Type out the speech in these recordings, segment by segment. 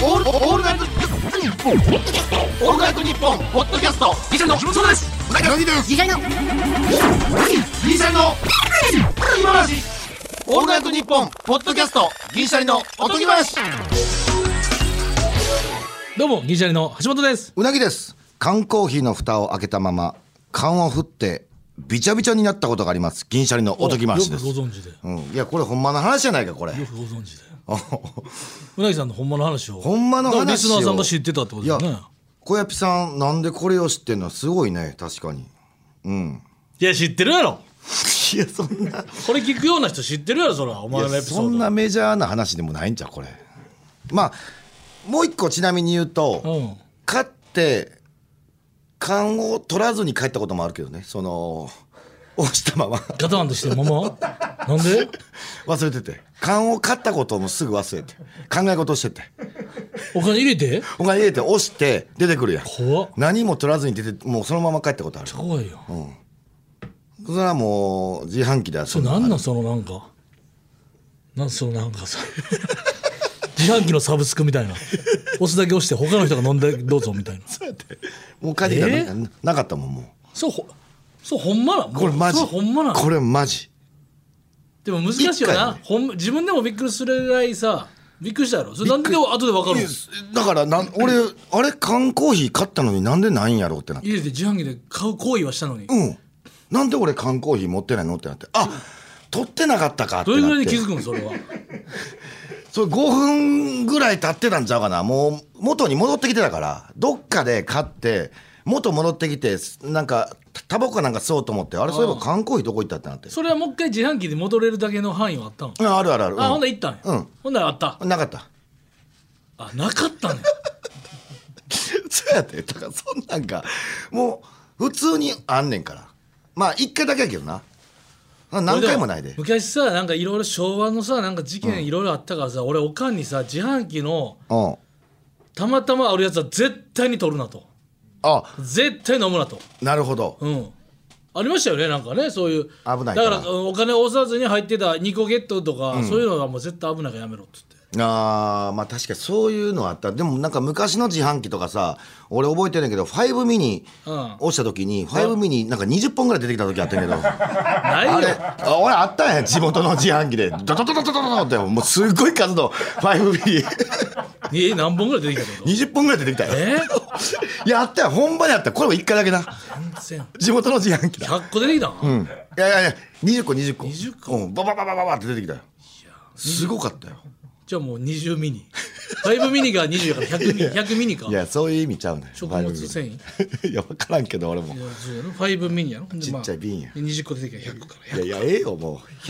オールナイトニッポンオールナイトニッポンポッドキャストギシャリの木本そうです。うなぎです。ギシャリの今話オールナイトニッポンポッドキャストギシャリのおとぎ話。 どうもギシャリの橋本です。 うなぎです。缶コーヒーの蓋を開けたまま缶を振ってびちゃびちゃになったことがあります。銀シャリのおとぎ話です。 よくご存知で、 いやこれほんまの話じゃないかこれ。 よくご存知でうなぎさんのほんまの話をほんまの話をリスナーさんが知ってたってことですね。 いや小やぴさんなんでこれを知ってんのすごいね。確かにいや知ってるやろ。 いやそんなこれ聞くような人知ってるやろそれはお前のエピソード。 そんなメジャーな話でもないんじゃこれ。まあもう一個ちなみに言うと、買って缶を取らずに帰ったこともあるけどね。その押したままガタンとしてままなんで忘れてて缶を買ったこともすぐ忘れて考え事しててお金入れて押して出てくるやん。 怖っ。 何も取らずに出てもうそのまま帰ったことある。 怖いよ、 それはもう自販機で遊それなんなんそのなんかそのなんかさ自販機のサブスクみたいな押すだけ押して他の人が飲んでどうぞみたいな。 そうやってもう帰ってきたら、なかったもん。もうそうほんまなこれマジ。 それほんまなこれマジでも難しいよな、自分でもびっくりするぐらいさびっくりしたやろ。それなんで後で分かるの。 だから俺あれ缶コーヒー買ったのになんでないんやろうってなって。 家で自販機で買う行為はしたのに、 なんで俺缶コーヒー持ってないのってなって取ってなかったかってなって。 どれぐらいに気づくのそれは。 それ5分ぐらい経ってたんちゃうかな。もう元に戻ってきてたからどっかで買って元戻ってきてなんかタバコかなんか吸おうと思ってあれそういえば缶コーヒーどこ行ったってなって。 それはもう一回自販機で戻れるだけの範囲はあったの。 あるあるある。 ほんなら行ったんや。ほんならあったなかった。 なかったねそうやってだからそんなんかもう普通にあんねんから。まあ1回だけやけどな。何回もないで。 昔さなんかいろいろ昭和のさなんか事件いろいろあったからさ、俺おかんにさ自販機のたまたまあるやつは絶対に取るなと。絶対飲むなと。 なるほど。 ありましたよねなんかねそういう危ないだからお金を押さずに入ってた2個ゲットとか、そういうのはもう絶対危ないからやめろっつって。 まあ確かにそういうのあった。でもなんか昔の自販機とかさ俺覚えてるんだけど5ミニ押した時に5ミニなんか20本ぐらい出てきた時あったんやけどないよ。 あれ俺あったんや地元の自販機でドドドドドドドってもうすっごい数の5ミニ何本ぐらい出てきたってこと 20本ぐらい出てきたよ。いやあったよ本場にあった。これも1回だけな地元の自販機だ。 100個出てきたん。 いや20個 20個ババババババって出てきたよ。すごかったよ。 じゃあもう20ミニ5ミニが20やから100ミニか。 いやそういう意味ちゃうね。 食物繊維いや分からんけど俺も 5ミニやろ。 ちっちゃい瓶や。 20個出てきたら100からいやええよもう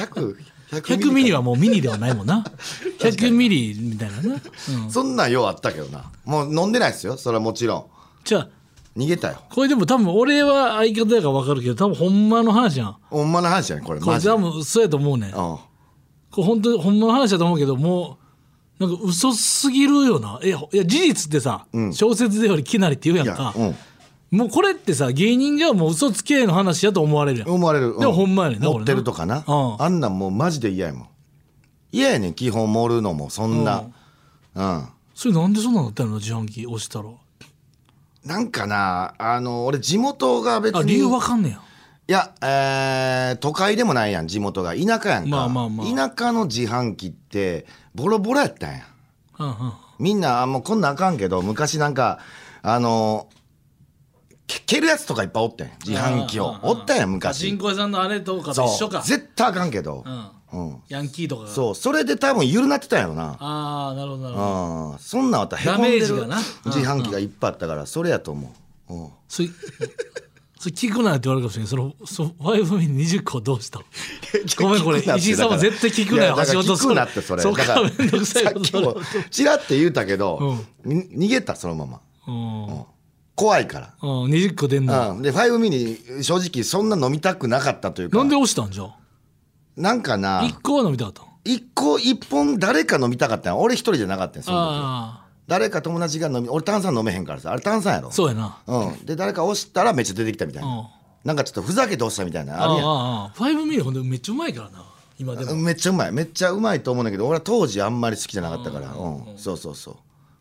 100ミニはもうミニではないもんな100ミリみたいなな、 そんなんようあったけどな。もう飲んでないですよそれはもちろん。 じゃあ逃げたよ。 これでも多分俺は相方やから分かるけど多分ほんまの話やん。 ほんまの話やねこれマジで。 多分そうやと思うねん。これ本当にほんまの話だと思うけどもうなんか嘘すぎるよな。いや事実ってさ、小説でよりきなりって言うやんか。もうこれってさ芸人がもう嘘つけの話やと思われるやん。 思われる。 でもほんまやねんな。 持ってるとかな。あんなんもうマジで嫌やもん。嫌やねん基本盛るのもそんな。 それなんでそんなのったの自販機押したら。 なんかな俺地元が別に理由わかんねや。 いや都会でもないやん地元が田舎やんか。田舎の自販機ってボロボロやったんや。みんなもうこんなんあかんけど昔なんか蹴るやつとかいっぱいおってん自販機を。おったやん昔。 パチンコ屋さんのあれとかと一緒か。 絶対あかんけど、 ヤンキーとかがそれで多分緩なってたんやろな。 なるほどなるほど。 そんなんあったらへこんでるダメージがな自販機がいっぱいあったからそれやと思う。 それ聞くなって言われるかもしれない。5ミニ20個どうしたのごめんこれ石井さんは絶対聞くなよ。橋本聞くなってそれだからさっきもチラって言うたけど、逃げたそのまま。怖いから。 20個出んの。 で5ミニ正直そんな飲みたくなかったというか。 なんで押したんじゃ。 なんかな 1個は飲みたかった。 1本誰か飲みたかったん。俺一人じゃなかったん。その時誰か友達が俺炭酸飲めへんからさ。あれ炭酸やろ。 そうやな。 で誰か押したらめっちゃ出てきたみたいな。なんかちょっとふざけて押したみたいなあるやん。 5ミリほんでめっちゃうまいからな今でも。 めっちゃうまいと思うんだけど俺は当時あんまり好きじゃなかったから。そう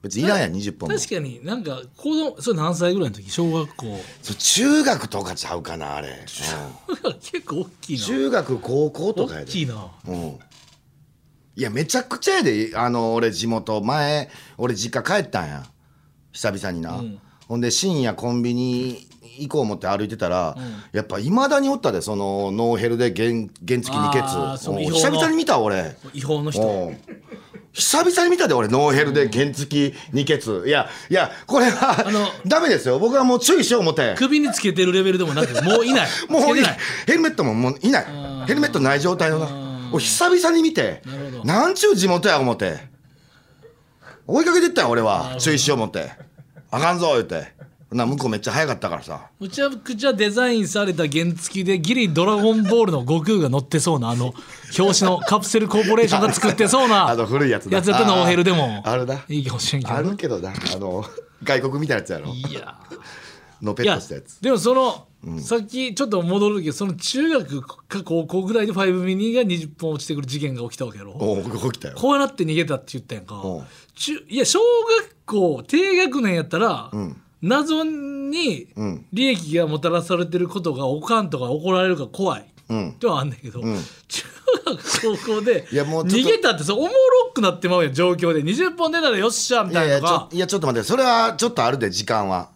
別にいらんやん20本も。 確かになんか子供それ何歳ぐらいの時小学校そう中学とかちゃうかなあれ、 結構大きいな中学高校とかやで大きいな。 いやめちゃくちゃやで俺地元前俺実家帰ったんや久々にな、ほんで深夜コンビニ行こう思って歩いてたら、やっぱいまだにおったでそのノーヘルで原付二ケツ久々に見た俺違法の人久々に見たで俺ノーヘルで原付二ケツいやこれはダメですよ僕はもう注意しよう思って首につけてるレベルでもなくもういないもういないヘルメットももういないヘルメットない状態のな俺久々に見てなんちゅう地元や思って追いかけてったよ俺は注意しよう思ってあかんぞ言って向こうめっちゃ早かったからさむちゃくちゃデザインされた原付でギリドラゴンボールの悟空が乗ってそうな表紙のカプセルコーポレーションが作ってそうな古いやつだやつやったのノーヘルでもあるないいかもしれんけどあるけどな外国みたいなやつやろいやのペットしたやつでもさっきちょっと戻るけどその中学か高校ぐらいで5ミニが20本落ちてくる事件が起きたわけやろ起きたよこうなって逃げたって言ったやんかいや小学校低学年やったら、謎に利益がもたらされてることがおかんとか怒られるから怖いってはあんねんけど、中学高校で逃げたっておもろくなってまうやん状況で20本出たらよっしゃみたいなのがいやちょっと待ってそれはちょっとあるで時間は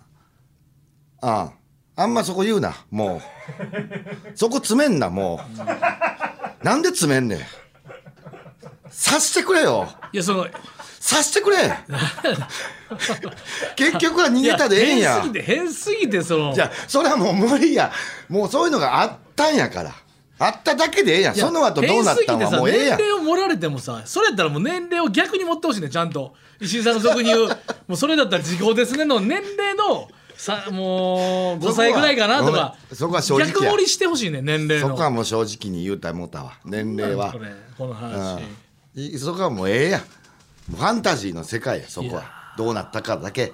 あんまそこ言うなもうそこ詰めんなもうなんで詰めんねん察してくれよいや察してくれ結局は逃げたでええんや変すぎてじゃあそれはもう無理やもうそういうのがあったんやからあっただけでええやんその後どうなったんはもうええやん年齢を盛られてもさそれやったらもう年齢を逆に持ってほしいねちゃんと石井さんの俗に言うもうそれだったら時効ですねの年齢のもう5歳ぐらいかなとかそこは正直や逆盛りしてほしいね年齢のそこはもう正直に言うたらもうたわ年齢はこの話、 そこはもうええやんファンタジーの世界やそこはどうなったかだけ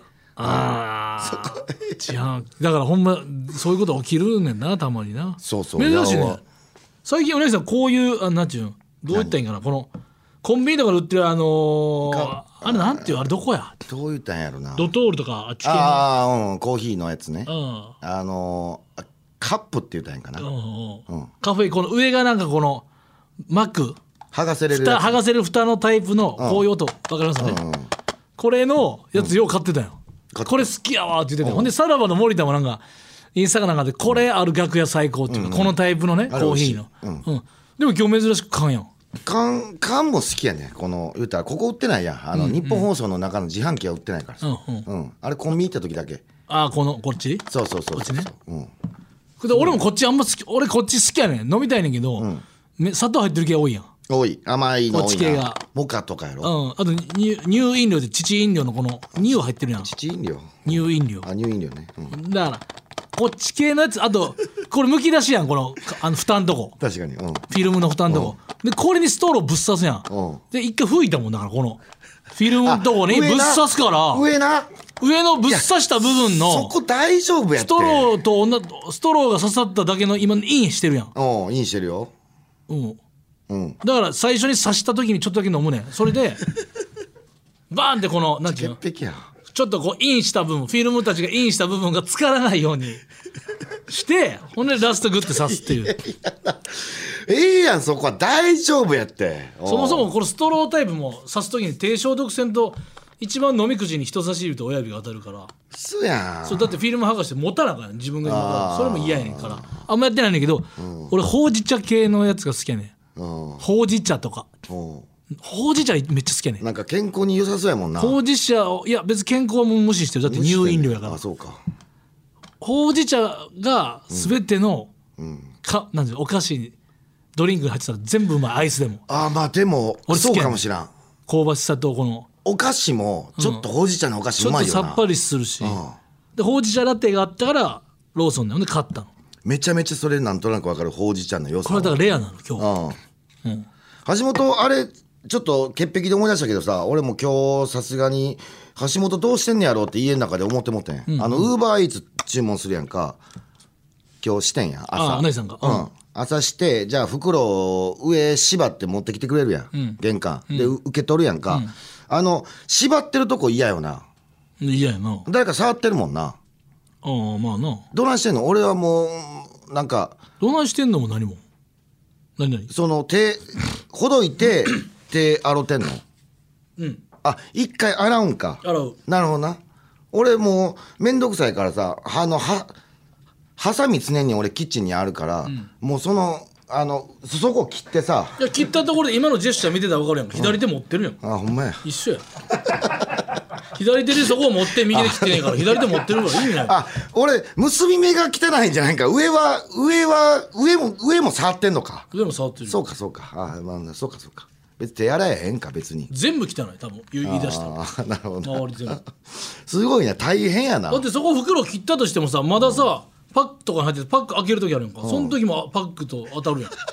違うだからほんまそういうこと起きるねんなたまになそう珍しいね最近お姉さんこういうなんちゅうどう言ったらいいんかなこのコンビニとかで売ってるあれなんていうあれどこやどう言ったんやろなドトールとかあっち系のコーヒーのやつねカップって言ったんやんかなカフェこの上がなんかこの膜剥がせれるやつ剥がせる蓋のタイプのこういう音分かりますよねこれのやつよう買ってたよこれ好きやわって言っててほんでさらばの森田もなんかインスタかなんかでこれある楽屋最高っていうかこのタイプのねコーヒーのでも今日珍しく缶やん缶も好きやねこの言うたらここ売ってないやん日本放送の中の自販機は売ってないからさあれコンビニ行った時だけこっちそうこっちね俺もこっちあんま好き俺こっち好きやねん飲みたいねんけど砂糖入ってる系多いやん多い甘いの多いなこっち系がモカとかやろあと乳飲料で乳飲料のこの乳入ってるやん乳飲料乳飲料乳飲料ねだからこっち系のやつあとこれむき出しやんこの蓋んとこ確かにフィルムの蓋んとこでこれにストローぶっ刺すやんで一回吹いたもんだからこのフィルムのとこにぶっ刺すから上のぶっ刺した部分のそこ大丈夫やってストローが刺さっただけの今インしてるやんインしてるよだから最初に刺した時にちょっとだけ飲むねんそれでバーンってこのなんていうのちょっとこうインした部分フィルムたちがインした部分が浸からないようにしてほんでラストグッて刺すっていうやんそこは大丈夫やってそもそもこのストロータイプも刺す時に低消毒線と一番飲み口に人差し指と親指が当たるからそうやんそうだってフィルム剥がして持たなあかんやん自分が今それも嫌やねんからあんまやってないねんけど俺ほうじ茶系のやつが好きやねんほうじ茶とかほうじ茶めっちゃ好きやねんなんか健康に良さそうやもんなほうじ茶をいや別に健康も無視してるだって乳飲料やからそうかほうじ茶が全てのなんていうお菓子ドリンクに入ってたら全部うまいアイスでもまあでもそうかもしらん香ばしさとこのお菓子もちょっとほうじ茶のお菓子うまいよなちょっとさっぱりするしでほうじ茶ラテがあったからローソンで買ったのめちゃめちゃそれなんとなく分かるほうじ茶の良さこれだからレアなの今日橋本あれちょっと潔癖で思い出したけどさ俺も今日さすがに橋本どうしてんねやろうって家の中で思ってもってんウーバーイーツ注文するやんか今日してんや朝お姉さんが朝してじゃあ袋を上縛って持ってきてくれるやん玄関で受け取るやんか縛ってるとこ嫌よな。 嫌やな。 誰か触ってるもんな。 ああまあな。 どないしてんの？俺はもうなんかどないしてんのも何も。何その手ほどいて手洗ってんの？ うん。 あ、一回洗うんか。 洗う。 なるほどな。俺もうめんどくさいからさ、ハサミ常に俺キッチンにあるから、もうそこ切ってさ。 いや切ったところで今のジェスチャー見てたら分かるやんか。左手持ってるやん。 あ、ほんまや。 一緒や。左手でそこを持って右で切ってねえから左手持ってるから意味ない。 あ、俺結び目が汚いんじゃないか。上も触ってんのか。 上も触ってる。 そうかそうか。あ、まあ、そうかそうか。別に手洗えへんか別に。 全部汚い多分言い出したら。 あ、なるほど。 周り全部。 すごいな、大変やな。 だってそこ袋切ったとしてもさ、まださ、パックとかに入っててパック開ける時あるやんか。その時もパックと当たるやん。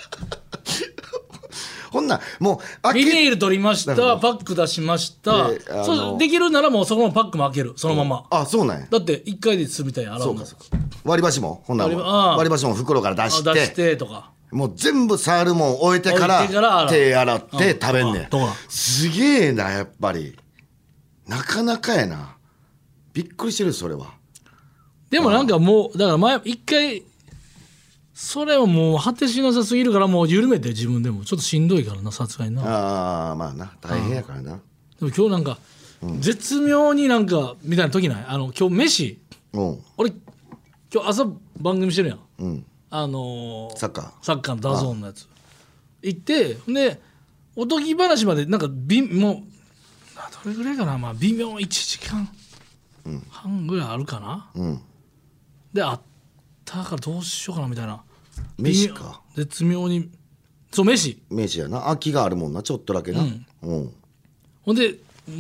ほんなもうビニール取りました、パック出しました。そうできるならもうそこのパックも開けるそのまま。 あ、そうなんや。 だって1回でするみたいに洗うの。 そうか割り箸もほんなら割り箸も袋から出してとか。 もう全部触るもん置いてから手洗って食べんねん。すげえな、やっぱりなかなかやな。びっくりしてるそれは。 でもなんかもうだから前一回それをもう果てしなさすぎるからもう緩めて自分でもちょっとしんどいからな、さすがにな。 ああまあな、大変やからな。でも今日なんか、絶妙になんかみたいな時ない？今日飯、俺今日朝番組してるやん、サッカーのダゾーンのやつ行ってでおとぎ話までなんかもうどれぐらいかな、まあ微妙1時間半ぐらいあるかな、であったからどうしようかなみたいな。 飯か絶妙にそう飯やな。空きがあるもんな、ちょっとだけな。 ほんで、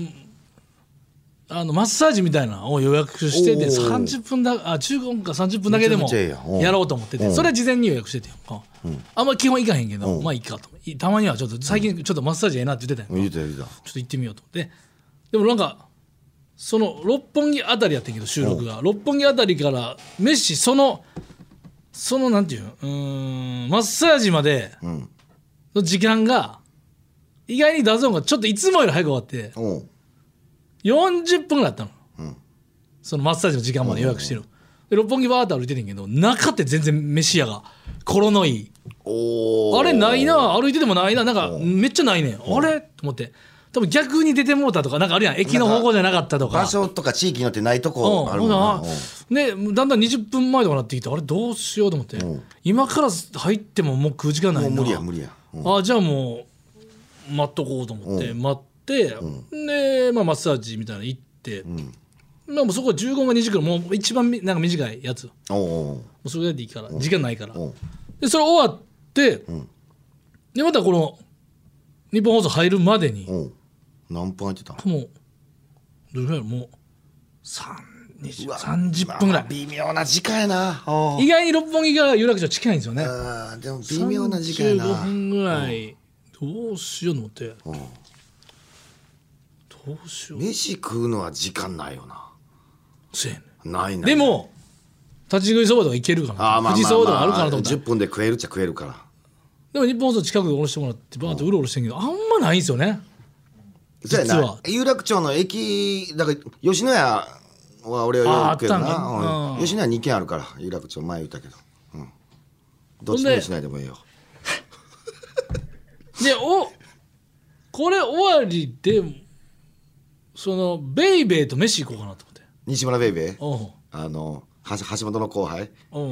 マッサージみたいなのを予約してて30分だ15分か30分だけでもやろうと思ってて、それは事前に予約しててあんま基本行かへんけど、まあいいかと。たまにはちょっと最近ちょっとマッサージええなって言ってたやんか。ちょっと行ってみようと思って。でもなんかその六本木あたりやってんけど収録が六本木あたりから飯そのなんていうマッサージまでの時間が意外にダゾーンがちょっといつもより早く終わって40分ぐらいあったの、そのマッサージの時間まで予約してる。で六本木バーッと歩いててんけど中って全然飯屋が心のいいあれないな、歩いててもないな、なんかめっちゃないねん、あれと思って。多分逆に出てもうたとかなんかあるやん、駅の方向じゃなかったとか場所とか地域によってないとこあるもんな。 でだんだん20分前とかなってきてあれどうしようと思って、今から入ってももう食う時間ないな、 もう無理や、 じゃあもう待っとこうと思って待って、で、まあ、マッサージみたいなの行って、まあ、もうそこは15分か20分もう一番なんか短いやつもうそれでいいから時間ないからでそれ終わって、でまたこの日本放送入るまでに何分空いてた？ もうどれぐらいもう30分ぐらい。 微妙な時間やな。 意外に六本木から有楽町近いんですよね。 でも微妙な時間やな。 35分ぐらいどうしようと思って、どうしよう。 飯食うのは時間ないよな。 せやねん。 ないでも立ち食いそばとかいけるかな、富士そばとかあるかなと思ったら 10分で食えるっちゃ食えるから。 でも日本放送近くで降ろしてもらってバーッとうろうろしてんけど、あんまないんですよね実は。 有楽町の駅だから吉野家は俺はよく行くけどな。吉野家2軒あるから有楽町前言ったけど、どっちもしないでもいいよ。 でこれ終わりでそのベイベーと飯行こうかなと思って。 西村ベイベー橋本の後輩。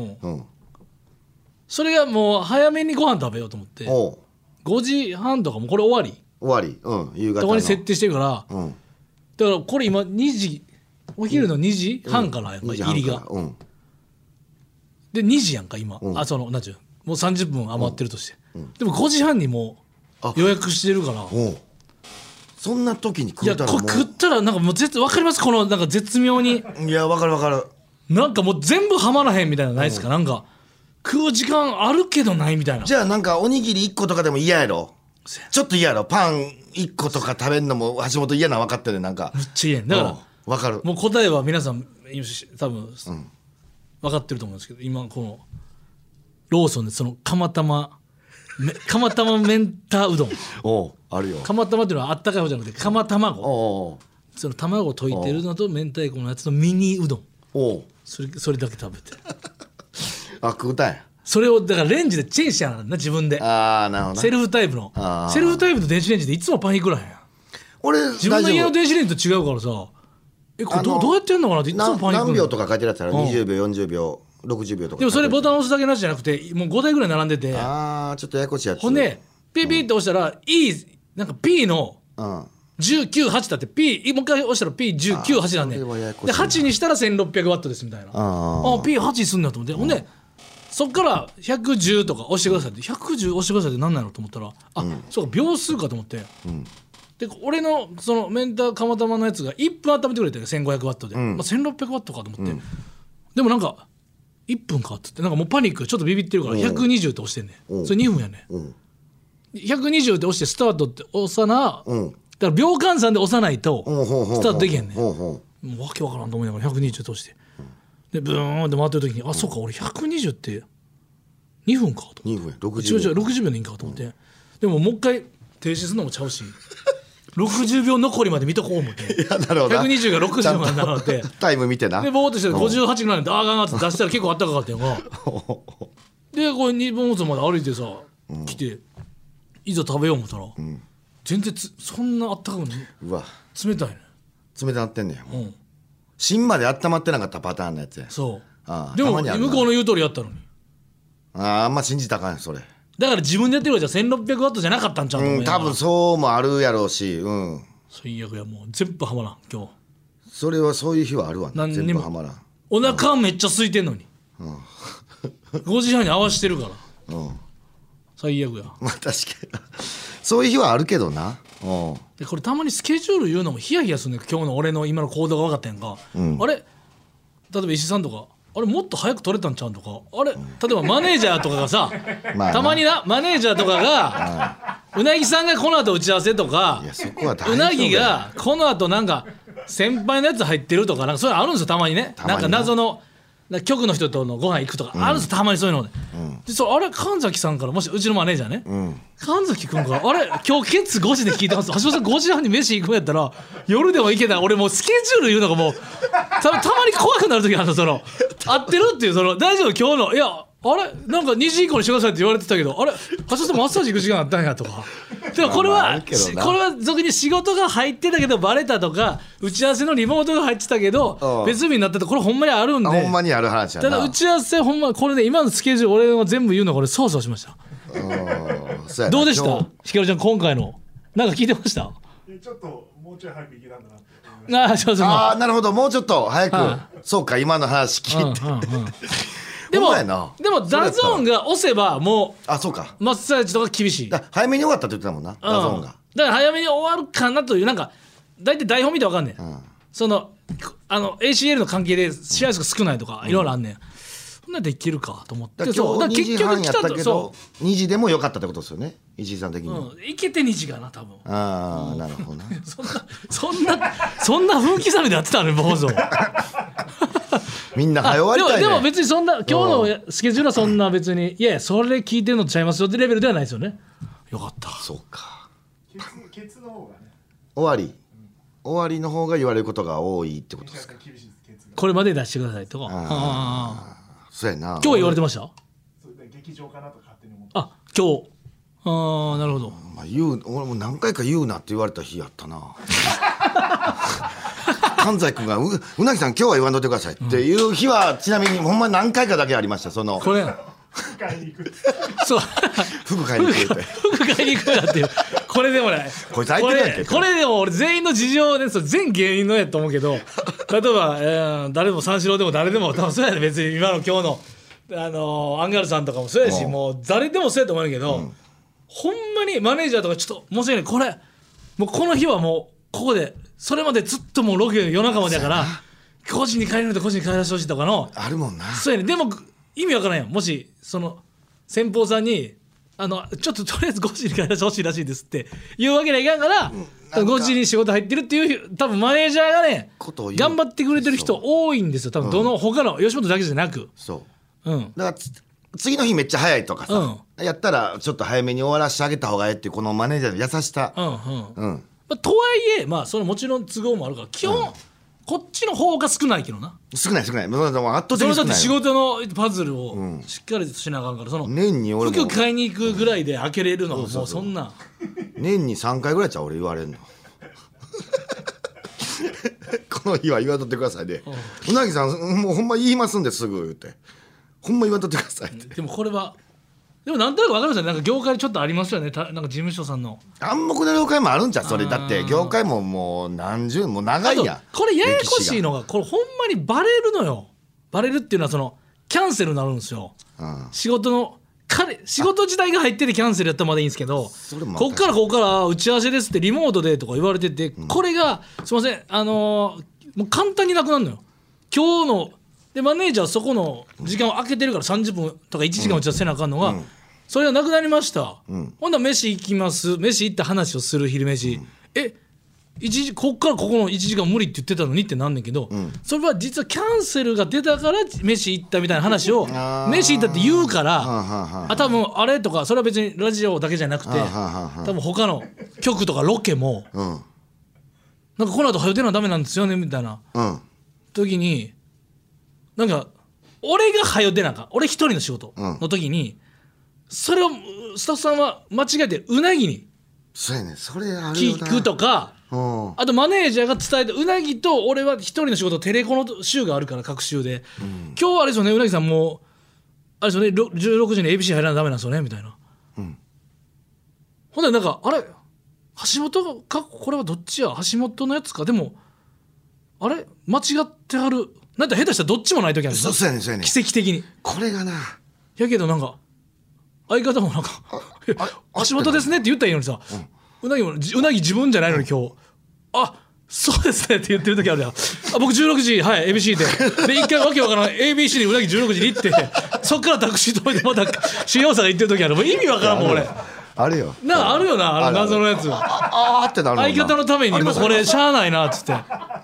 それがもう早めにご飯食べようと思って5時半とかもこれ終わり夕方のとこに設定してるから、だからこれ今2時お昼の2時半からやっぱり入りが、で2時やんか今、そのなんちゅうもう30分余ってるとして、でも5時半にもう予約してるから、 そんな時に食ったらもうこれ食ったらなんかもう分かりますこのなんか絶妙に。 いや分かるなんかもう全部はまらへんみたいなのないですか、なんか食う時間あるけどないみたいな。 じゃあなんかおにぎり1個とかでも嫌やろ。ちょっと嫌やろ。パン1個とか食べんのも橋本嫌な分かってる。なんかめっちゃ嫌やん。だから分かる。 もう答えは皆さん多分分かってると思うんですけど、今このローソンでその釜玉釜玉明太うどん。 おうあるよ。 釜玉っていうのはあったかい方じゃなくて釜卵。 おうその卵を溶いてるのと明太子のやつのミニうどん。 おうそれだけ食べて。 あ食うたんや。 それをだからレンジでチェンしやな自分で。 ああなるほど、ね。 セルフタイプの。セルフタイプの電子レンジでいつもパンいくらへんやん。 俺自分の家の電子レンジと違うからさ。これどうやってんのかなっていつもパンいく何秒とか書いてるやつある。20秒40秒60秒とか。 でもそれボタン押すだけなしじゃなくてもう5台ぐらい並んでて。 ああちょっとややこしいやつ。 ほんでピピって押したら なんか P の198だって P もう一回押したら P198 なんで、で8にしたら1600ワットですみたいな。P8 すんだと思って、ほんでそっから110とか押してくださいって110押してくださいって何なのと思ったらそうか秒数かと思って、で俺のその明太釜玉のやつが1分温めてくれて1500ワットで、1600ワットかと思って、でもなんか1分かってなんかもうパニックちょっとビビってるから120って押してんねん。それ2分やねん。120って押してスタートって押さな、だから秒換算で押さないとスタートできへんねん。もうわけわからんと思いながら120って押してでブーンって回ってる時にあそうか俺120って2分かと思って。60秒でいいんかと思って、でももう一回停止するのもちゃうし60秒残りまで見とこう思って。 いやなるほど。 120が60までなってタイム見てな。 でボーっとして58ぐらいであーガンガンって出したら結構あったかかったよがでこれ2本ずつまで歩いてさ来ていざ食べよう思ったら全然そんなあったかくない。 うわ冷たいね。 冷たなってんねや。芯まで温まってなかったパターンのやつや。 そうでも向こうの言う通りやったのにあんま信じたらあかんよそれ。 だから自分でやってるじゃ1600ワットじゃなかったんちゃうと思う。 多分そうもあるやろうし、 最悪やもう全部はまらん今日。 それはそういう日はあるわな。全部はまらん。 お腹めっちゃ空いてんのに、5時半に合わしてるから、最悪や。 まあ確かにそういう日はあるけどな。 でこれたまにスケジュール言うのもヒヤヒヤするね。今日の俺の今の行動が分かったやんか、あれ例えば石井さんとかあれもっと早く取れたんちゃうんとかあれ例えばマネージャーとかがさたまになマネージャーとかがうなぎさんがこの後打ち合わせとかうなぎがこの後なんか先輩のやつ入ってるとかなんかそういうのあるんですよたまにね。なんか謎の局の人とのご飯行くとかあるんですよたまにそういうので。でそれあれ神崎さんからもしうちのマネージャーね、神崎君からあれ今日ケツ5時で聞いてます橋本さん5時半に飯行くんやったら夜でも行けたら俺もうスケジュール言うのがもうたまに怖くなる時あるの。その合ってるっていうその大丈夫今日のいやあれなんか2時以降にしてくださいって言われてたけどあれ橋本さんマッサージ行く時間あったんやとか。でもこれは俗に仕事が入ってたけどバレたとか打ち合わせのリモートが入ってたけど別日になったとこれほんまにあるんで。 ほんまにある話やな。 ただ打ち合わせほんまこれね今のスケジュール俺は全部言うのこれそうそうしました。どうでしたひかるちゃん今回のなんか聞いてました？ ちょっともうちょい早く行けたんだなって。 なるほどもうちょっと早く、そうか今の話聞いて、 でもダゾーンが押せばもうそうかマッサージとか厳しい。 早めに終わったって言ってたもんな、ダゾーンが。 だから早めに終わるかなというなんか大体台本見て分かんねん、そのACL の関係で試合数が少ないとかいろいろあんねん、そんなんでいけるかと思って。 今日2時半やったけど2時でもよかったってことですよね石井さん的に。 いけて2時かな多分。 なるほどなそんな分刻みでやってたのね放送みんな早終わりたいね。 でも別にそんな今日のスケジュールはそんな別にいやそれ聞いてるのちゃいますよってレベルではないですよね。よかった。 そうかケツの方がね終わりの方が言われることが多いってことですか。 これまで出してくださいとか。 そうやな。 今日は言われてました？ 劇場かなとか勝手に思って。 今日なるほど。 俺も何回か言うなって言われた日やったな神崎君がうなぎさん今日は言わんといてくださいっていう日はちなみにほんま何回かだけありました。そのこれ服買いに行くそう服買いに行くって服買いに行くなっていうこれでもねこいつ相手だっけこれでも俺全員の事情で全芸人のやと思うけど例えば、誰でも三四郎でも誰でも多分そうやね別に今の今日のアンガールズさんとかもそうやしもう誰でもそうやと思うけど、ほんまにマネージャーとかちょっと申し訳ないこれもうこの日はもうここでそれまでずっともうロケ夜中までやから5時に帰れると5時に帰らせてほしいとかのあるもんな。 そうやね。でも意味わからんやん。もしその先方さんにちょっととりあえず5時に帰らせてほしいらしいですって言うわけにはいかんから、5時に仕事入ってるっていう多分マネージャーがね頑張ってくれてる人多いんですよ多分。どの他の吉本だけじゃなく。 そうだから次の日めっちゃ早いとかさ、やったらちょっと早めに終わらせてあげた方がいいっていうこのマネージャーの優しさ、 とはいえそれもちろん都合もあるから基本、こっちの方が少ないけどな。 少ないもう圧倒的に少ない。 それだって仕事のパズルをしっかりとしなあかんから、その年に俺も服買いに行くぐらいで開けれるのはもうそんな年に3回ぐらいちゃう俺言われるのこの日は言わんとってくださいで、うなぎさんもうほんま言いますんですぐ言ってほんま言わんとってくださいって。 でもこれはでもなんとなく分かりますよね。なんか業界ちょっとありますよね。なんか事務所さんの暗黙の了解もあるんじゃそれ。だって業界ももう何十もう長いやん。 これややこしいのがこれほんまにバレるのよ。バレるっていうのはそのキャンセルになるんですよ、仕事自体が入っててキャンセルやったらまだいいんですけど、こっから打ち合わせですってリモートでとか言われてて、これがすいませんもう簡単になくなるのよ今日の。でマネージャーはそこの時間を空けてるから30分とか1時間打ち合わせせなあかんのが、それがなくなりました、ほんなら飯行きます。飯行った話をする昼飯、こっからここの1時間無理って言ってたのにってなんねんけど、それは実はキャンセルが出たから飯行ったみたいな話を飯行ったって言うから、多分あれとかそれは別にラジオだけじゃなくて多分他の局とかロケも、なんかこの後早出なダメなんですよねみたいな、時になんか俺が早出なあかん、俺一人の仕事の時に、それをスタッフさんは間違えてうなぎに聞くとか、あとマネージャーが伝えてうなぎと俺は一人の仕事テレコの週があるから各週で、今日はあれですよねうなぎさんもあれですよね16時に ABC 入らなダメなんですよねみたいな、ほんでなんかあれ橋本かこれはどっちや橋本のやつか、でもあれ間違ってあるなんて下手したらどっちもない時あるんですよ。 そうやね奇跡的にこれがな。 やけどなんか相方もなんか橋本ですねって言ったらいいのにさ、うなぎ自分じゃないのに今日そうですねって言ってる時あるやん。僕16時はい ABC で一回わけわからない ABC にうなぎ16時に行ってそっからタクシー止めてまた新大阪行ってる時ある。もう意味わからんもん俺。 あるよあるよな謎のやつ。 ってなるもんな。 相方のためにもうこれしゃあないなっつって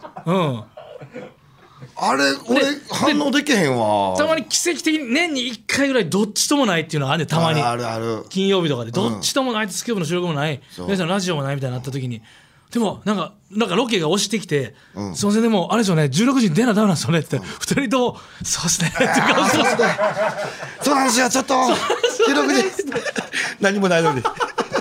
あれ俺反応できへんわ。 たまに奇跡的に年に1回ぐらいどっちともないっていうのがあるねんたまに。 ある金曜日とかでどっちともないスケープの収録もない皆さんラジオもないみたいになった時に、でもなんかロケが押してきて、すいませんでもあれですよね16時に出なダメなんですよねって2人ともそうっすねって顔してそうなんですよちょっと16時何もないのに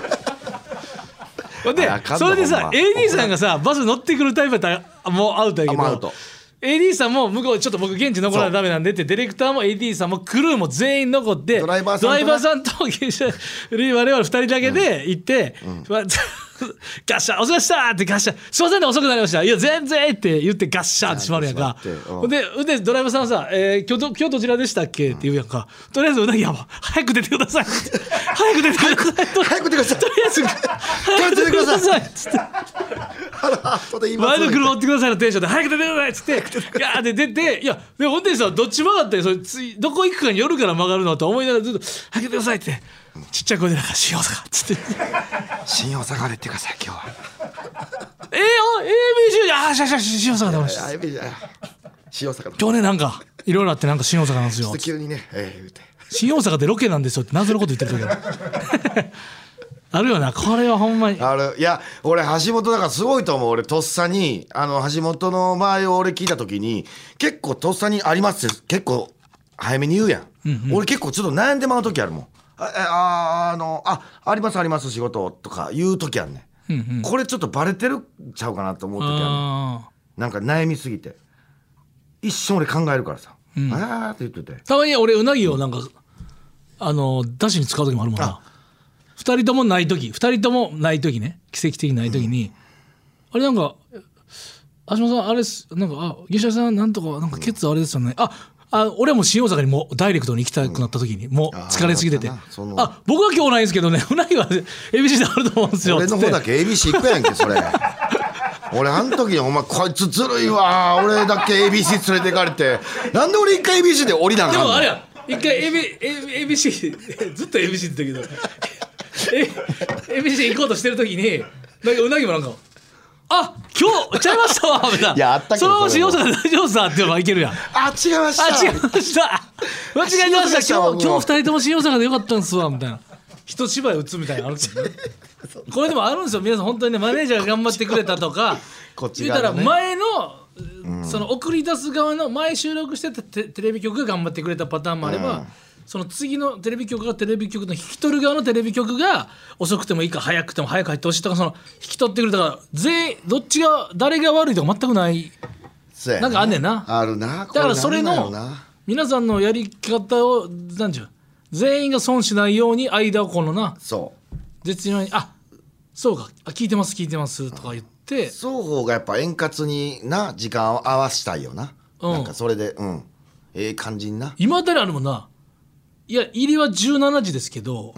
でそれでさ AD さんがさバス乗ってくるタイプだったらもうアウトやけど、AD さんも向こうちょっと僕現地残らないとダメなんでってディレクターも AD さんもクルーも全員残ってドライバーさんと我々2人だけで行って、ガッシャーお疲れしたってガッシャーすいませんね遅くなりましたいや全然って言ってガッシャーって閉まるやんか。でドライバーさんはさ、今日どちらでしたっけって言うやんか。とりあえずうなぎは早く出てください早く出てくださいとりあえず早く出てくださいっつって前の車追ってくださいのテンションで早く出てくださいっつってガーって出て、いやでも本当にさどっち曲がってそれどこ行くかによるから曲がるのと思いながらずっと早く出てくださいってちっちゃい声でなんか新大阪っつって新大阪で言ってください今日は ABC 新大阪でお願いします新大阪今日ねなんかいろいろあってなんか新大阪なんですよ急にね言うて新大阪でロケなんですよって謎のこと言ってる時あるよなこれはほんまにある。いや俺橋本だからすごいと思う。俺とっさに橋本の場合を俺聞いた時に結構とっさにありますって結構早めに言うやん、俺結構ちょっと悩んでまう時あるもん。あります仕事とか言う時あるね、これちょっとバレてるんちゃうかなと思う時ある、なんか悩みすぎて一瞬俺考えるからさ、って言っててたまに俺うなぎをなんかだしに使う時もあるもんな。2人ともない時ね奇跡的にない時に、あれなんか橋本さんあれなんか芸者さんなんとかなんかケツあれですよね、俺はもう新大阪にもダイレクトに行きたくなった時にもう疲れすぎてて、僕は今日ないんですけどねうなぎは ABC であると思うんですよ俺の方だけ ABC 行くやんけそれ俺あの時にお前こいつずるいわ俺だけ ABC 連れて行かれてなんで俺一回 ABC で降りなあかんの。 でもあれや一回 ABC ずっと ABC って言ったけどABC 行こうとしてる時になんかうなぎもなんか今日ちゃいましたわみたいな。 いやあったけどその新大阪大丈夫さっていうのがいけるやん。 違いました間違えてました今日2人とも新大阪でよかったんすわみたいな一芝居打つみたいなのあるけどねこれでもあるんですよ皆さん本当にねマネージャーが頑張ってくれたとかこっち言った側のねら前の、その送り出す側の前収録してたテレビ局が頑張ってくれたパターンもあれば、その次のテレビ局がテレビ局の引き取る側のテレビ局が遅くてもいいか早くても早く入ってほしいとかその引き取ってくれたから全員どっちが誰が悪いとか全くないそうやなんかあんねんなあるな。 だからそれのこなんだろうな皆さんのやり方をなんちゅう全員が損しないように間をこのなそう絶妙にそうか聞いてますとか言って双方がやっぱ円滑にな時間を合わしたいよな、なんかそれで感じにな今だにあるもんないや入りは17時ですけど、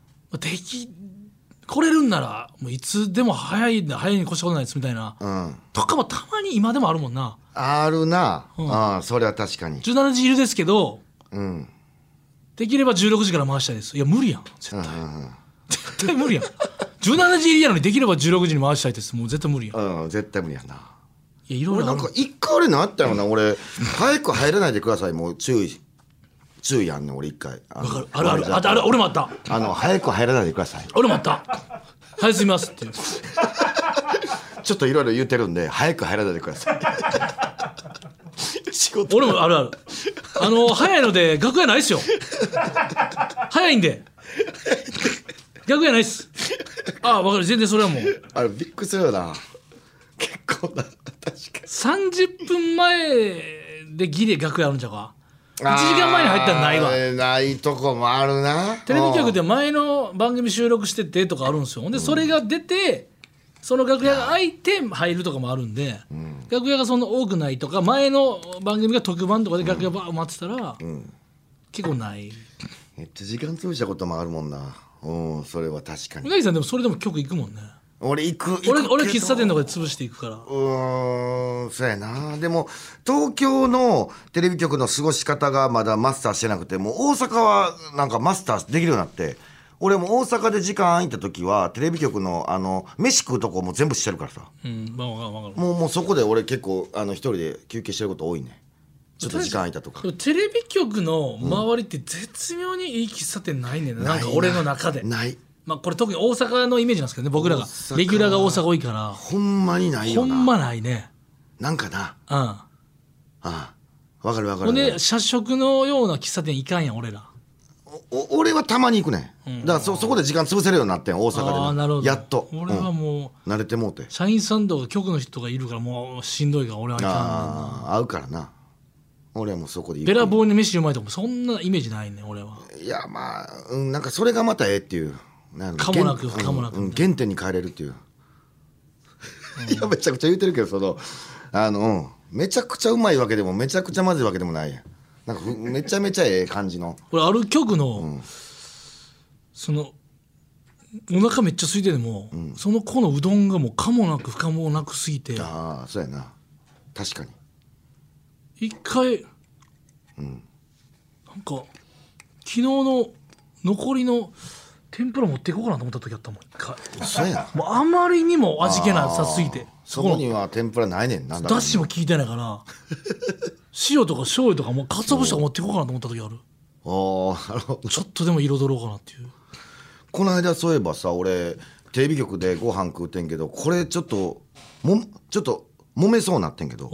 来れるんならもういつでも早いに越したことないですみたいな、とかもたまに今でもあるもんなあるな、それは確かに 17時入りですけど、できれば16時から回したいですいや無理やん絶対、絶対無理やん17時入りやのにできれば16時に回したいですもう絶対無理やん、 絶対無理やな。 いやいろいろ俺なんか一回あれなったよな俺早く入らないでくださいもう注意やんねん俺一回わかるある俺もあった早く入らないでください俺もあった早すぎますっていうちょっといろいろ言うてるんで早く入らないでください仕事俺もある早いので楽屋ないっすよ早いんで楽屋ないっすわかる全然それはもうあれびっくりするよな結構な確かに 30分前でギリ楽屋あるんちゃうか1時間前に入ったらないわないとこもあるなテレビ局で前の番組収録しててとかあるんですよほんでそれが出てその楽屋が空いて入るとかもあるんで、楽屋がそんな多くないとか前の番組が特番とかで楽屋バー待ってたら、結構ないめっちゃ時間潰したこともあるもんなそれは確かにうなぎさんでもそれでも局行くもんね俺行く俺喫茶店とかで潰していくからそうやな。でも東京のテレビ局の過ごし方がまだマスターしてなくてもう大阪はなんかマスターできるようになって俺も大阪で時間空いた時はテレビ局の飯食うとこも全部してるからさ、もうそこで俺結構一人で休憩してること多いねちょっと時間空いたとかテレビ局の周りって絶妙にいい喫茶店ないねんな、なんか俺の中でないこれ特に大阪のイメージなんですけどね僕らがレギュラーが大阪多いからほんまにないよなほんまないねなんかなわかるほんで社食のような喫茶店行かんやん俺ら俺はたまに行くね、だからそこで時間潰せるようになってん大阪でなるほどやっと俺はもう、 慣れてもうて社員さんとか局の人がいるからもうしんどいから俺は行かん合うからな俺はもうそこでべらぼうに飯うまいとかそんなイメージないね俺は。 いやなんかそれがまたええっていうかもなく原点に帰れるっていう、いやめちゃくちゃ言うてるけどめちゃくちゃうまいわけでもめちゃくちゃまずいわけでもないやんなんかめちゃめちゃええ感じのこれある局の、そのお腹めっちゃ空いてても、その子のうどんがもうかもなく不可もなくすぎてそうやな確かに一回、なんか昨日の残りの天ぷら持っていこうかなと思った時あったもん一回そうやもうあまりにも味気なさすぎてそこには天ぷらないねんなだしも効いてないから塩とか醤油とかもうかつお節とか持っていこうかなと思った時あるなるほどちょっとでも彩ろうかなっていうこの間そういえばさ俺テレビ局でご飯食うてんけどこれちょっと揉めそうになってんけど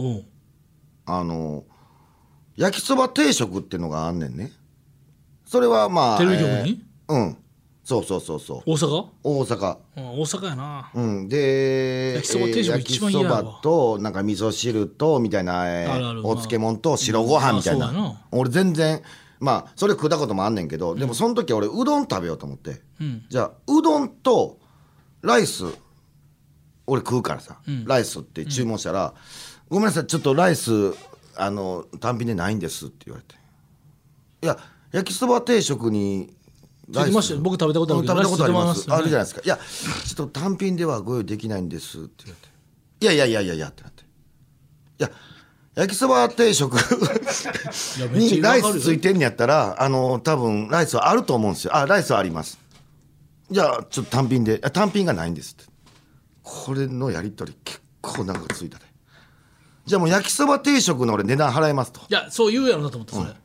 焼きそば定食っていうのがあんねんねそれはテレビ局にそう大阪大阪やなで焼きそば定食一番嫌やわ焼きそばとなんか味噌汁とみたいなお漬物と白ご飯みたいな俺全然それ食うたこともあんねんけどでもその時俺うどん食べようと思ってじゃあうどんとライス俺食うからさライスって注文したらごめんなさいちょっとライス単品でないんですって言われていや焼きそば定食にライス僕食べたことあるけどありますあるじゃないですかいやちょっと単品ではご用意できないんですって言われていやってなっていや焼きそば定食にライスついてんやったら多分ライスはあると思うんですよライスはありますじゃあちょっと単品で単品がないんですってこれのやり取り結構長くついたでじゃあもう焼きそば定食の俺値段払いますといやそう言うやろなと思ったそれ、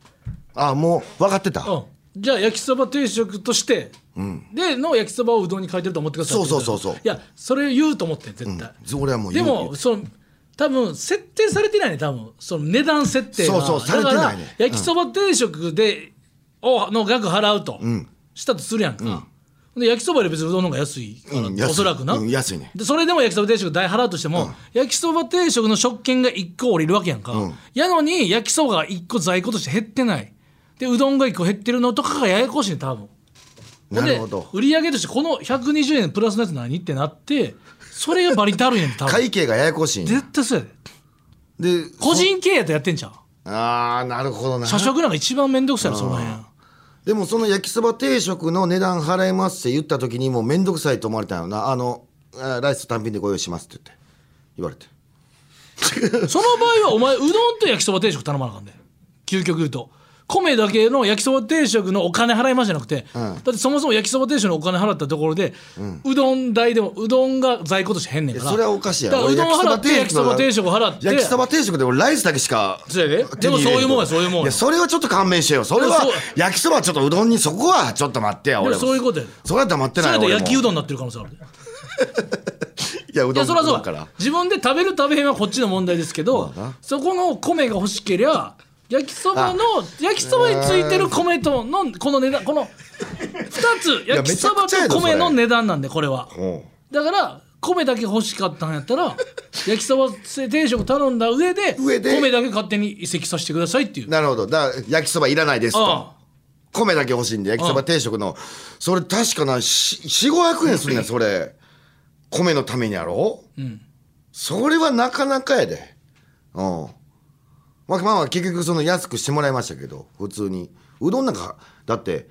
あもう分かってた、 じゃあ焼きそば定食として、での焼きそばをうどんに変えてると思ってください。 そういやそれ言うと思ってん絶対、 俺はもう言う。 でもその多分設定されてないね、多分その値段設定が。 そうされてないね。 だから焼きそば定食で、の額払うと、したとするやんか、で焼きそばより別にうどんの方が安いから、おそらくな、 安いね。 でそれでも焼きそば定食代払うとしても、焼きそば定食の食券が1個降りるわけやんか、やのに焼きそばが1個在庫として減ってない、でうどんが1個減ってるのとかがややこしいね多分。 なるほど。 で売り上げとしてこの120円プラスのやつ何ってなって、それがバリたるんやん多分。 会計がややこしいんや。 絶対そうやで。 で個人経営やとやってんちゃう。 ああなるほどな。 社食なんか一番面倒くさいのその辺。 でもその焼きそば定食の値段払いますって言った時にもう面倒くさいと思われたよな。ライス単品でご用意しますって言われてその場合はお前うどんと焼きそば定食頼まなあかんで、究極言うと米だけの焼きそば定食のお金払いますじゃなくて、だってそもそも焼きそば定食のお金払ったところで、うどん代でもうどんが在庫として変ねんから。 それはおかしいやろ。 だからうどん払って焼きそば定食を払って、 焼きそば定食で俺ライスだけしかそうやで。でもそういうもんやそういうもんや。 いやそれはちょっと勘弁してよ。それは焼きそばはちょっとうどんにそこはちょっと待ってや。俺そういうことやで。 それは黙ってない。 それで焼きうどんになってる可能性あるで。 いやうどんそりゃそうだから自分で食べる食べへんはこっちの問題ですけど、そこの米が欲しけりゃ焼きそばについてる米とのこの値段、この2つ焼きそばと米の値段なんで、これはだから米だけ欲しかったんやったら焼きそば定食頼んだ上で米だけ勝手に移籍させてくださいっていう。 なるほど。だから焼きそばいらないですと、米だけ欲しいんで焼きそば定食のそれ確かな 4,500 円するねんそれ米のためにやろ、それはなかなかやで。まあ結局その安くしてもらいましたけど、普通にうどんなんかだって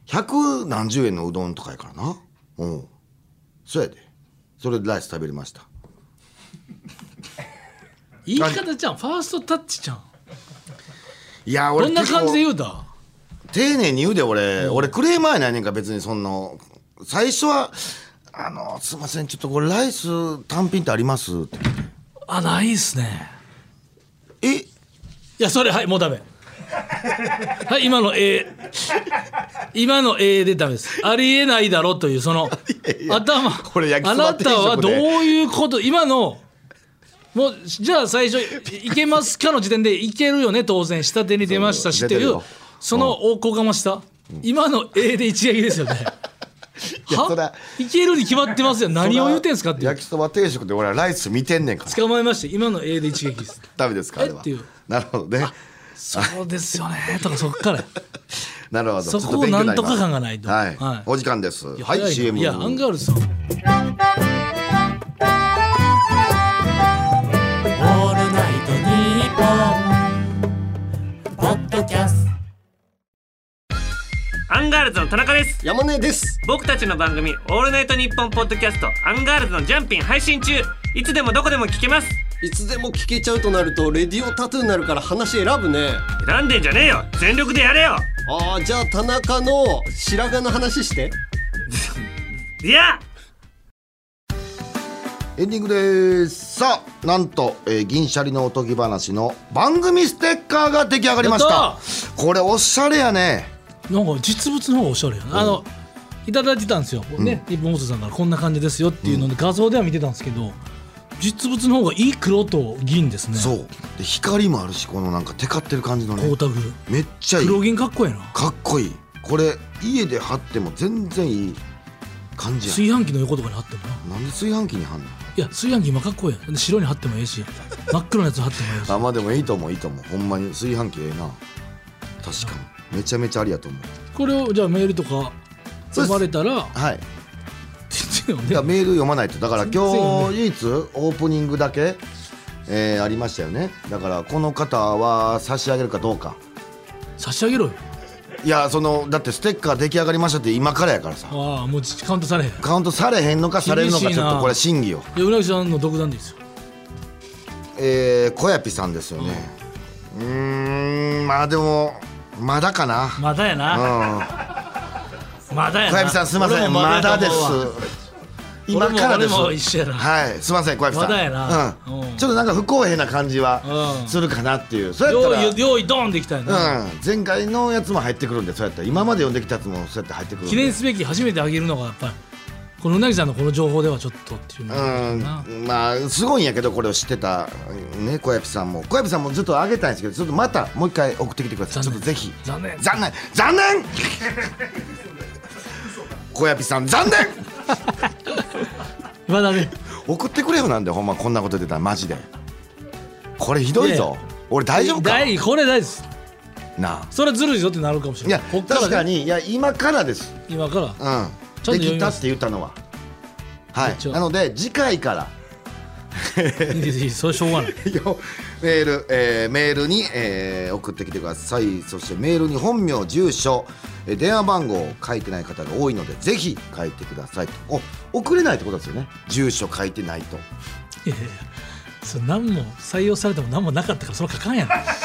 100何十円のうどんとかやからな。そうやで。それでライス食べれました。 言い方じゃん、ファーストタッチじゃん。 いや俺どんな感じで言うた？ 丁寧に言うで俺クレーマーやないねんか。別にそんな最初はすいませんちょっとこれライス単品ってありますって言って、 ないっすね。 いやそれはいもうダメはい今の今のでダメです。ありえないだろというその頭。あなたはどういうこと。今のもうじゃあ最初いけますかの時点でいけるよね当然下手に出ましたしっていうそのおこがました、今ので一撃ですよね。いけるに決まってますよ。何を言うてんすかっていう。 焼きそば定食で俺はライス見てんねんから。 捕まえまして今ので一撃です。 ダメですかあれは。 っていう。 なるほどね。 そうですよねとかそっからなるほど。 そこをなんとか感がないと。 はい、お時間です。はい CM。 いやアンガールズさんオールナイトニッポンポッドキャスト。 アンガールズの田中です。 山根です。 僕たちの番組オールナイトニッポンポッドキャストアンガールズのジャンピン配信中。いつでもどこでも聞けます。 いつでも聞けちゃうとなるとレディオタトゥーになるから話選ぶね。 選んでんじゃねえよ、全力でやれよ。 じゃあ田中の白髪の話していやエンディングです。さあなんと、銀シャリのおとぎ話の番組ステッカーが出来上がりました。これおしゃれやね。 なんか実物の方がおしゃれやな。いただいてたんですよ、ね、日本放送さんからこんな感じですよっていうので画像では見てたんですけど、実物の方がいい黒と銀ですね。 そうで光もあるし、このなんかテカってる感じのね光沢めっちゃいい。 黒銀かっこいいな。 かっこいい。これ家で貼っても全然いい感じや。 炊飯器の横とかに貼ってもな。 なんで炊飯器に貼んの。 いや炊飯器今かっこいいやん。白に貼ってもいいし真っ黒なやつ貼ってもいいし。 まあでもいいと思うほんまに炊飯器ええな。確かにめちゃめちゃありやと思う。これをじゃあメールとか読まれたら、 はいいやメール読まないと。だから今日唯一オープニングだけ、ありましたよね。だからこの方は差し上げるかどうか。 差し上げろよ。 いやだってステッカー出来上がりましたって今からやからさ。 もうカウントされへん。 カウントされへんのかされるのかちょっとこれ審議よ。 いやうなぎさんの独断でいいですよ。 小やぴさんですよね。まあでもまだかな。 まだやな。まだやな。 小籔さんすみませんまだです。 今からです。 俺も一緒やな。 はい、すいません小籔さん。 まだやな。 ちょっとなんか不公平な感じはするかなっていう。そうやったら用意ドンでいきたいな。 前回のやつも入ってくるんで、そうやったら今まで読んできたやつもそうやって入ってくるんで。 記念すべき初めてあげるのがやっぱりこのうなぎさんのこの情報ではちょっとっていうのがまあすごいんやけど、これを知ってたね小籔さんもずっとあげたいんですけど、ちょっとまたもう一回送ってきてください。ちょっとぜひ。 残念小籔さん残念まだね送ってくれよ。なんでほんまこんなこと出たらマジでこれひどいぞ。俺大丈夫か。 これ大事ですなあ。 それずるいぞってなるかもしれない。 いや確かに、いや今からです。 今からできたって言ったのははいなので次回からいいそれしょうがないメールに、送ってきてください。そしてメールに本名住所電話番号を書いてない方が多いのでぜひ書いてくださいと。送れないってことですよね。住所書いてないと。 いやそれ何も採用されても何もなかったからそれ書かんやん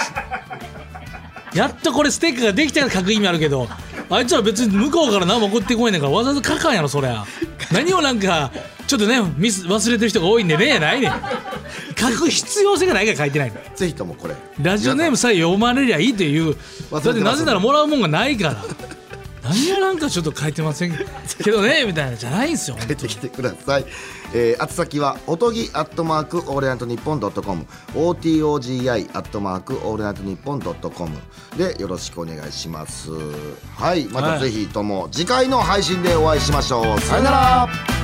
やっとこれステッカーができたから書く意味あるけど、あいつら別に向こうから何も送ってこいねんからわざわざ書かんやろそりゃ。何をなんかちょっとね忘れてる人が多いんでねないねん。書く必要性がないから書いてないの。 ぜひともこれラジオネームさえ読まれりゃいいという。だってなぜならもらうもんがないから何やなんかちょっと書いてませんけどねみたいなじゃないんですよ。 書いてきてください。宛先はおとぎ@オールナイトニッポン.com OTOGI @オールナイトニッポン.com でよろしくお願いします。はい、またぜひとも次回の配信でお会いしましょう。さよなら。